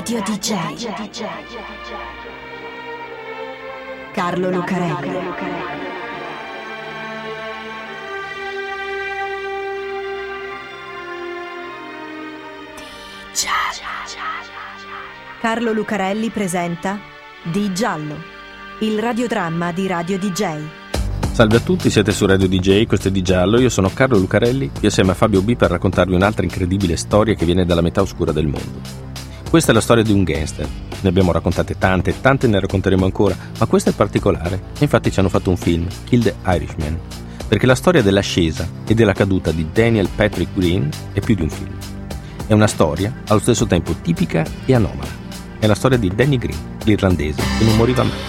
Radio DJ. Carlo Lucarelli. Carlo Lucarelli presenta Di Giallo, il radiodramma di Radio DJ. Salve a tutti, siete su Radio DJ, questo è Di Giallo, io sono Carlo Lucarelli, qui assieme a Fabio B per raccontarvi un'altra incredibile storia che viene dalla metà oscura del mondo. Questa è la storia di un gangster, ne abbiamo raccontate tante ne racconteremo ancora, ma questa è particolare, infatti ci hanno fatto un film, Kill the Irishman, perché la storia dell'ascesa e della caduta di Daniel Patrick Green è più di un film. È una storia, allo stesso tempo tipica e anomala. È la storia di Danny Green, l'irlandese, che non moriva mai.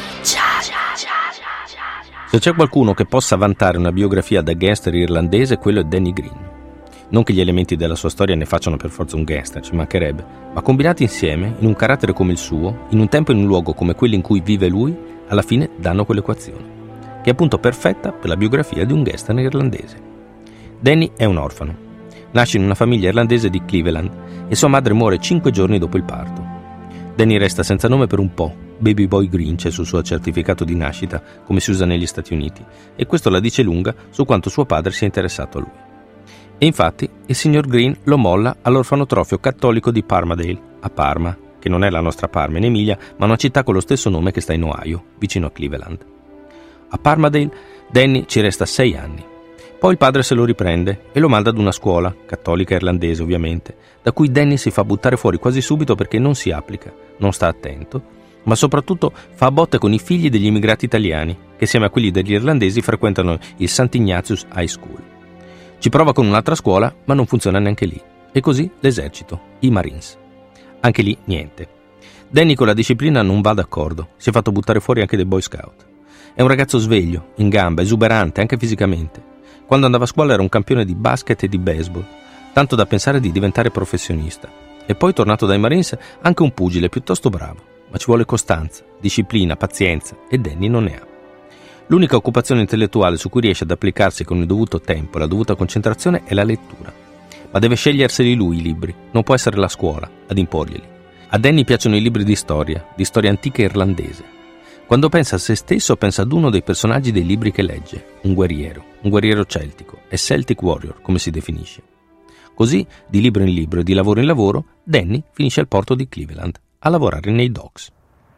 Se c'è qualcuno che possa vantare una biografia da gangster irlandese, quello è Danny Green. Non che gli elementi della sua storia ne facciano per forza un gangster, ci mancherebbe, ma combinati insieme, in un carattere come il suo, in un tempo e in un luogo come quelli in cui vive lui, alla fine danno quell'equazione, che è appunto perfetta per la biografia di un gangster irlandese. Danny è un orfano. Nasce in una famiglia irlandese di Cleveland e sua madre muore 5 giorni dopo il parto. Danny resta senza nome per un po', Baby Boy Green c'è sul suo certificato di nascita, come si usa negli Stati Uniti, e questo la dice lunga su quanto suo padre sia interessato a lui. E infatti il signor Green lo molla all'orfanotrofio cattolico di Parmadale, a Parma, che non è la nostra Parma in Emilia, ma una città con lo stesso nome che sta in Ohio, vicino a Cleveland. A Parmadale Danny ci resta 6 anni. Poi il padre se lo riprende e lo manda ad una scuola, cattolica irlandese ovviamente, da cui Danny si fa buttare fuori quasi subito perché non si applica, non sta attento, ma soprattutto fa a botte con i figli degli immigrati italiani, che assieme a quelli degli irlandesi frequentano il Sant'Ignatius High School. Ci prova con un'altra scuola, ma non funziona neanche lì. E così l'esercito, i Marines. Anche lì niente. Danny con la disciplina non va d'accordo, si è fatto buttare fuori anche dai Boy Scout. È un ragazzo sveglio, in gamba, esuberante, anche fisicamente. Quando andava a scuola era un campione di basket e di baseball, tanto da pensare di diventare professionista. E poi, tornato dai Marines, anche un pugile piuttosto bravo. Ma ci vuole costanza, disciplina, pazienza, e Danny non ne ha. L'unica occupazione intellettuale su cui riesce ad applicarsi con il dovuto tempo e la dovuta concentrazione è la lettura. Ma deve sceglierseli lui i libri, non può essere la scuola ad imporglieli. A Danny piacciono i libri di storia antica irlandese. Quando pensa a se stesso pensa ad uno dei personaggi dei libri che legge, un guerriero celtico, e Celtic Warrior, come si definisce. Così, di libro in libro e di lavoro in lavoro, Danny finisce al porto di Cleveland, a lavorare nei docks.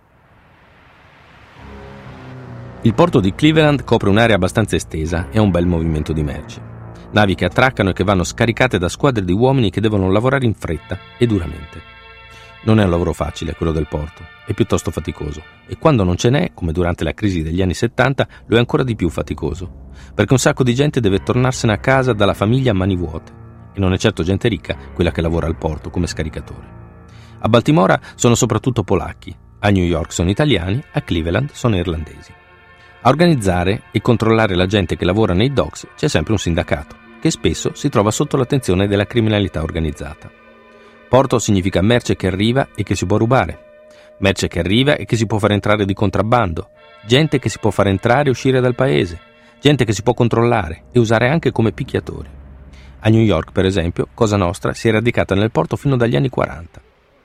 Il porto di Cleveland copre un'area abbastanza estesa e ha un bel movimento di merci. Navi che attraccano e che vanno scaricate da squadre di uomini che devono lavorare in fretta e duramente. Non è un lavoro facile quello del porto, è piuttosto faticoso, e quando non ce n'è, come durante la crisi degli anni 70, lo è ancora di più faticoso, perché un sacco di gente deve tornarsene a casa dalla famiglia a mani vuote, e non è certo gente ricca quella che lavora al porto come scaricatore. A Baltimora sono soprattutto polacchi, a New York sono italiani, a Cleveland sono irlandesi. A organizzare e controllare la gente che lavora nei docks c'è sempre un sindacato, che spesso si trova sotto l'attenzione della criminalità organizzata. Porto significa merce che arriva e che si può rubare, merce che arriva e che si può fare entrare di contrabbando, gente che si può fare entrare e uscire dal paese, gente che si può controllare e usare anche come picchiatori. A New York, per esempio, Cosa Nostra si è radicata nel porto fino dagli anni 40.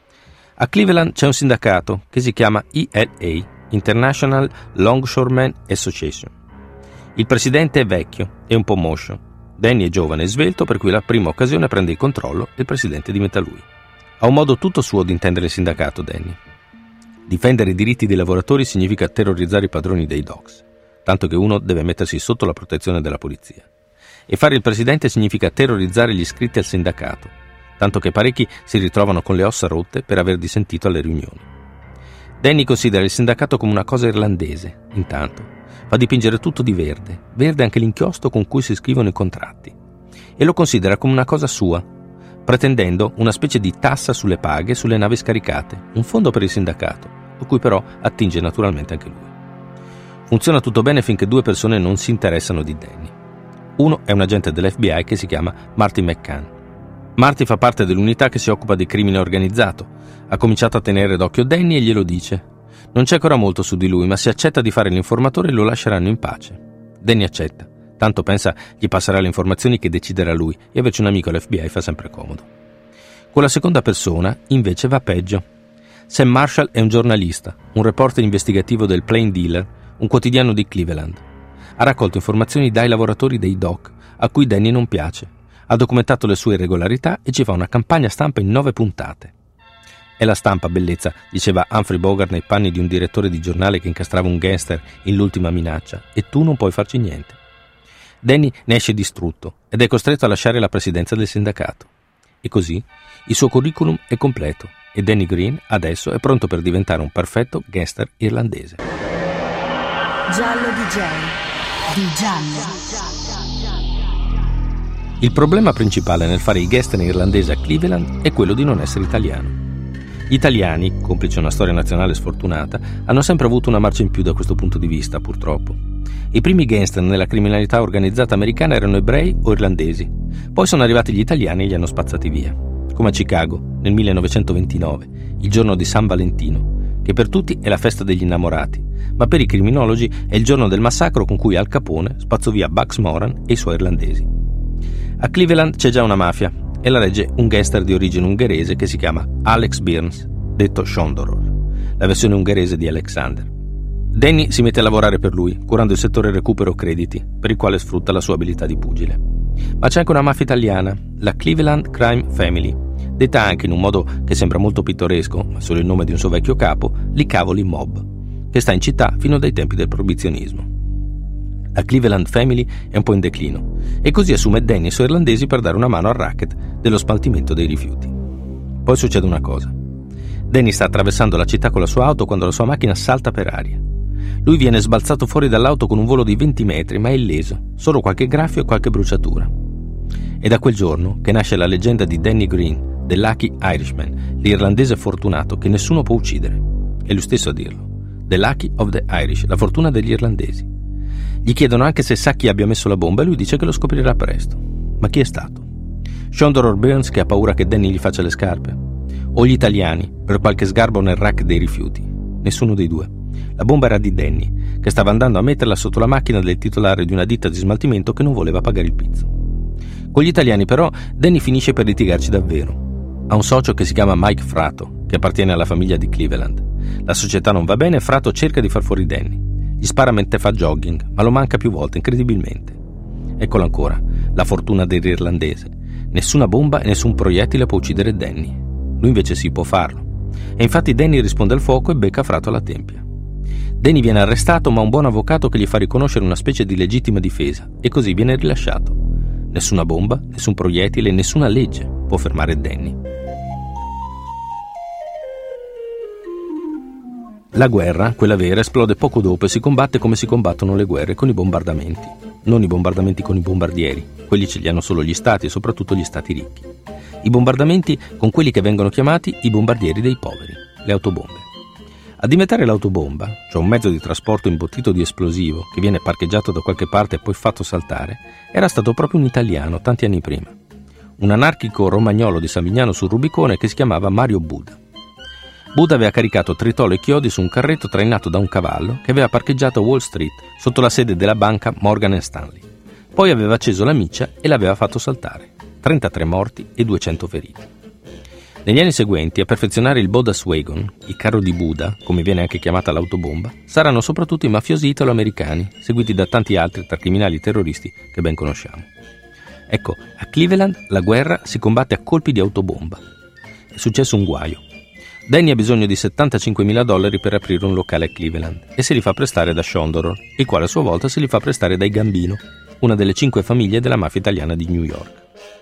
A Cleveland c'è un sindacato che si chiama ILA, International Longshoremen Association. Il presidente è vecchio e un po' moscio. Danny è giovane e svelto, per cui la prima occasione prende il controllo e il presidente diventa lui. Ha un modo tutto suo di intendere il sindacato, Danny. Difendere i diritti dei lavoratori significa terrorizzare i padroni dei docks, tanto che uno deve mettersi sotto la protezione della polizia. E fare il presidente significa terrorizzare gli iscritti al sindacato, tanto che parecchi si ritrovano con le ossa rotte per aver dissentito alle riunioni. Danny considera il sindacato come una cosa irlandese, intanto. Fa dipingere tutto di verde anche l'inchiostro con cui si scrivono i contratti. E lo considera come una cosa sua, pretendendo una specie di tassa sulle paghe sulle navi scaricate, un fondo per il sindacato, a cui però attinge naturalmente anche lui. Funziona tutto bene finché 2 persone non si interessano di Danny. Uno è un agente dell'FBI che si chiama Marty McCann. Marty fa parte dell'unità che si occupa di crimine organizzato. Ha cominciato a tenere d'occhio Danny e glielo dice. Non c'è ancora molto su di lui, ma se accetta di fare l'informatore lo lasceranno in pace. Danny accetta, tanto pensa gli passerà le informazioni che deciderà lui, e averci un amico all'FBI fa sempre comodo. Con la seconda persona invece va peggio. Sam Marshall è un giornalista, un reporter investigativo del Plain Dealer, un quotidiano di Cleveland. Ha raccolto informazioni dai lavoratori dei dock, a cui Danny non piace. Ha documentato le sue irregolarità e ci fa una campagna stampa in 9 puntate. È la stampa, bellezza, diceva Humphrey Bogart nei panni di un direttore di giornale che incastrava un gangster in L'ultima minaccia, e tu non puoi farci niente. Danny ne esce distrutto ed è costretto a lasciare la presidenza del sindacato. E così il suo curriculum è completo e Danny Green adesso è pronto per diventare un perfetto gangster irlandese. Giallo DJ di Giallo. Il problema principale nel fare il gangster irlandese a Cleveland è quello di non essere italiano. Gli italiani, complice una storia nazionale sfortunata, hanno sempre avuto una marcia in più da questo punto di vista, purtroppo. I primi gangster nella criminalità organizzata americana erano ebrei o irlandesi. Poi sono arrivati gli italiani e li hanno spazzati via. Come a Chicago, nel 1929, il giorno di San Valentino, che per tutti è la festa degli innamorati, ma per i criminologi è il giorno del massacro con cui Al Capone spazzò via Bugs Moran e i suoi irlandesi. A Cleveland c'è già una mafia e la regge un gangster di origine ungherese che si chiama Alex Byrnes, detto Shondoror, la versione ungherese di Alexander. Danny si mette a lavorare per lui, curando il settore recupero crediti, per il quale sfrutta la sua abilità di pugile. Ma c'è anche una mafia italiana, la Cleveland Crime Family, detta anche in un modo che sembra molto pittoresco, ma solo il nome di un suo vecchio capo, Li Cavoli Mob, che sta in città fino dai tempi del proibizionismo. La Cleveland Family è un po' in declino e così assume Danny e i suoi irlandesi per dare una mano al racket dello smaltimento dei rifiuti. Poi succede una cosa. Danny sta attraversando la città con la sua auto quando la sua macchina salta per aria. Lui viene sbalzato fuori dall'auto con un volo di 20 metri, ma è illeso, solo qualche graffio e qualche bruciatura. È da quel giorno che nasce la leggenda di Danny Green, The Lucky Irishman, l'irlandese fortunato che nessuno può uccidere. È lui stesso a dirlo. The Lucky of the Irish, la fortuna degli irlandesi. Gli chiedono anche se sa chi abbia messo la bomba e lui dice che lo scoprirà presto. Ma chi è stato? Shondoror Byrnes, che ha paura che Danny gli faccia le scarpe? O gli italiani, per qualche sgarbo nel rack dei rifiuti? Nessuno dei due. La bomba era di Danny, che stava andando a metterla sotto la macchina del titolare di una ditta di smaltimento che non voleva pagare il pizzo. Con gli italiani però Danny finisce per litigarci davvero. Ha un socio che si chiama Mike Frato, che appartiene alla famiglia di Cleveland. La società non va bene e Frato cerca di far fuori Danny. Gli spara mentre fa jogging, ma lo manca più volte, incredibilmente. Eccolo ancora, la fortuna dell'irlandese. Nessuna bomba e nessun proiettile può uccidere Danny. Lui invece sì, può farlo. E infatti Danny risponde al fuoco e becca Frato alla tempia. Danny viene arrestato, ma un buon avvocato che gli fa riconoscere una specie di legittima difesa, e così viene rilasciato. Nessuna bomba, nessun proiettile, nessuna legge può fermare Danny. La guerra, quella vera, esplode poco dopo e si combatte come si combattono le guerre, con i bombardamenti. Non i bombardamenti con i bombardieri, quelli ce li hanno solo gli stati e soprattutto gli stati ricchi. I bombardamenti con quelli che vengono chiamati i bombardieri dei poveri, le autobombe. Ad inventare l'autobomba, cioè un mezzo di trasporto imbottito di esplosivo che viene parcheggiato da qualche parte e poi fatto saltare, era stato proprio un italiano tanti anni prima. Un anarchico romagnolo di Savignano sul Rubicone che si chiamava Mario Buda. Buda aveva caricato tritolo e chiodi su un carretto trainato da un cavallo che aveva parcheggiato a Wall Street sotto la sede della banca Morgan & Stanley. Poi aveva acceso la miccia e l'aveva fatto saltare. 33 morti e 200 feriti. Negli anni seguenti, a perfezionare il Buddha's-Wagon, il carro di Buda, come viene anche chiamata l'autobomba, saranno soprattutto i mafiosi italo-americani, seguiti da tanti altri tra criminali e terroristi che ben conosciamo. Ecco, a Cleveland la guerra si combatte a colpi di autobomba. È successo un guaio. Danny ha bisogno di $75.000 per aprire un locale a Cleveland e se li fa prestare da Shondoror, il quale a sua volta se li fa prestare dai Gambino, una delle 5 famiglie della mafia italiana di New York.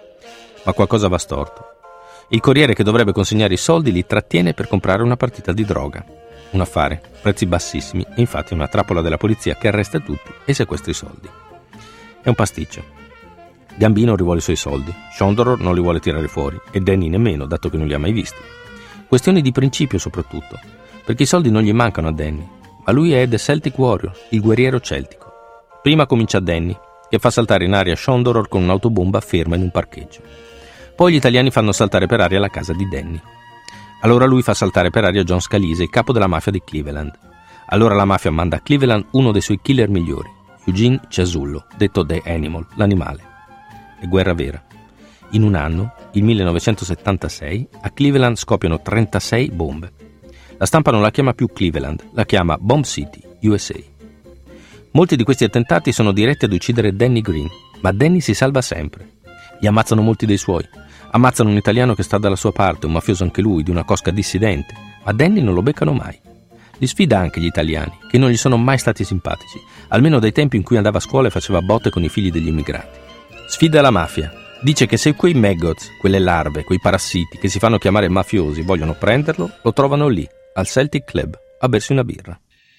Ma qualcosa va storto. Il corriere che dovrebbe consegnare i soldi li trattiene per comprare una partita di droga. Un affare, prezzi bassissimi e infatti una trappola della polizia che arresta tutti e sequestra i soldi. È un pasticcio. Gambino rivuole i suoi soldi, Shondoror non li vuole tirare fuori e Danny nemmeno, dato che non li ha mai visti. Questioni di principio soprattutto, perché i soldi non gli mancano a Danny, ma lui è The Celtic Warrior, il guerriero celtico. Prima comincia Danny, che fa saltare in aria Shondoror con un'autobomba ferma in un parcheggio. Poi gli italiani fanno saltare per aria la casa di Danny. Allora lui fa saltare per aria John Scalise, il capo della mafia di Cleveland. Allora la mafia manda a Cleveland uno dei suoi killer migliori, Eugene Ciasullo, detto The Animal, l'animale. È guerra vera. In un anno, il 1976, a Cleveland scoppiano 36 bombe. La stampa non la chiama più Cleveland, la chiama Bomb City, USA. Molti di questi attentati sono diretti ad uccidere Danny Green, ma Danny si salva sempre. Gli ammazzano molti dei suoi. Ammazzano un italiano che sta dalla sua parte, un mafioso anche lui, di una cosca dissidente, ma Danny non lo beccano mai. Li sfida anche gli italiani, che non gli sono mai stati simpatici, almeno dai tempi in cui andava a scuola e faceva botte con i figli degli immigrati. Sfida la mafia. Dice che se quei maggots, quelle larve, quei parassiti che si fanno chiamare mafiosi vogliono prenderlo, lo trovano lì, al Celtic Club, a bersi una birra.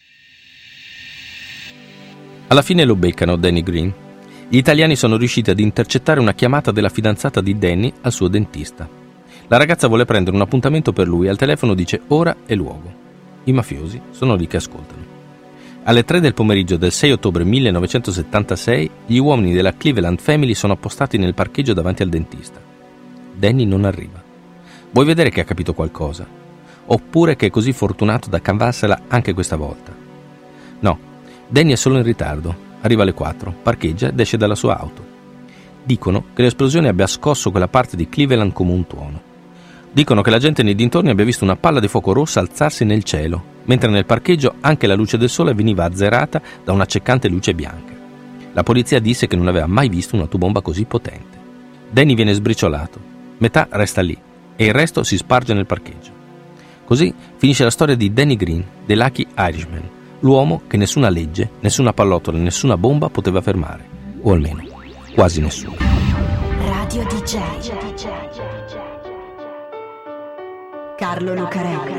Alla fine lo beccano Danny Green. Gli italiani sono riusciti ad intercettare una chiamata della fidanzata di Danny al suo dentista. La ragazza vuole prendere un appuntamento per lui e al telefono dice ora e luogo. I mafiosi sono lì che ascoltano. Alle 3 del pomeriggio del 6 ottobre 1976 gli uomini della Cleveland Family sono appostati nel parcheggio davanti al dentista. Danny non arriva. Vuoi vedere che ha capito qualcosa? Oppure che è così fortunato da cavarsela anche questa volta? No. Danny è solo in ritardo, arriva alle 4, parcheggia ed esce dalla sua auto. Dicono che l'esplosione abbia scosso quella parte di Cleveland come un tuono. Dicono che la gente nei dintorni abbia visto una palla di fuoco rossa alzarsi nel cielo, mentre nel parcheggio anche la luce del sole veniva azzerata da un'accecante luce bianca. La polizia disse che non aveva mai visto un'autobomba così potente. Danny viene sbriciolato, metà resta lì e il resto si sparge nel parcheggio. Così finisce la storia di Danny Green, The Lucky Irishman, l'uomo che nessuna legge, nessuna pallottola, nessuna bomba poteva fermare, o almeno quasi nessuno. Radio DJ Carlo Lucarelli.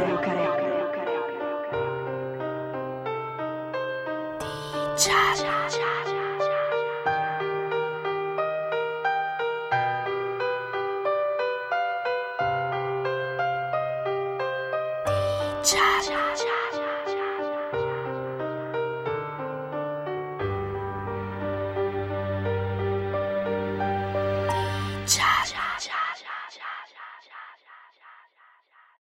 DJ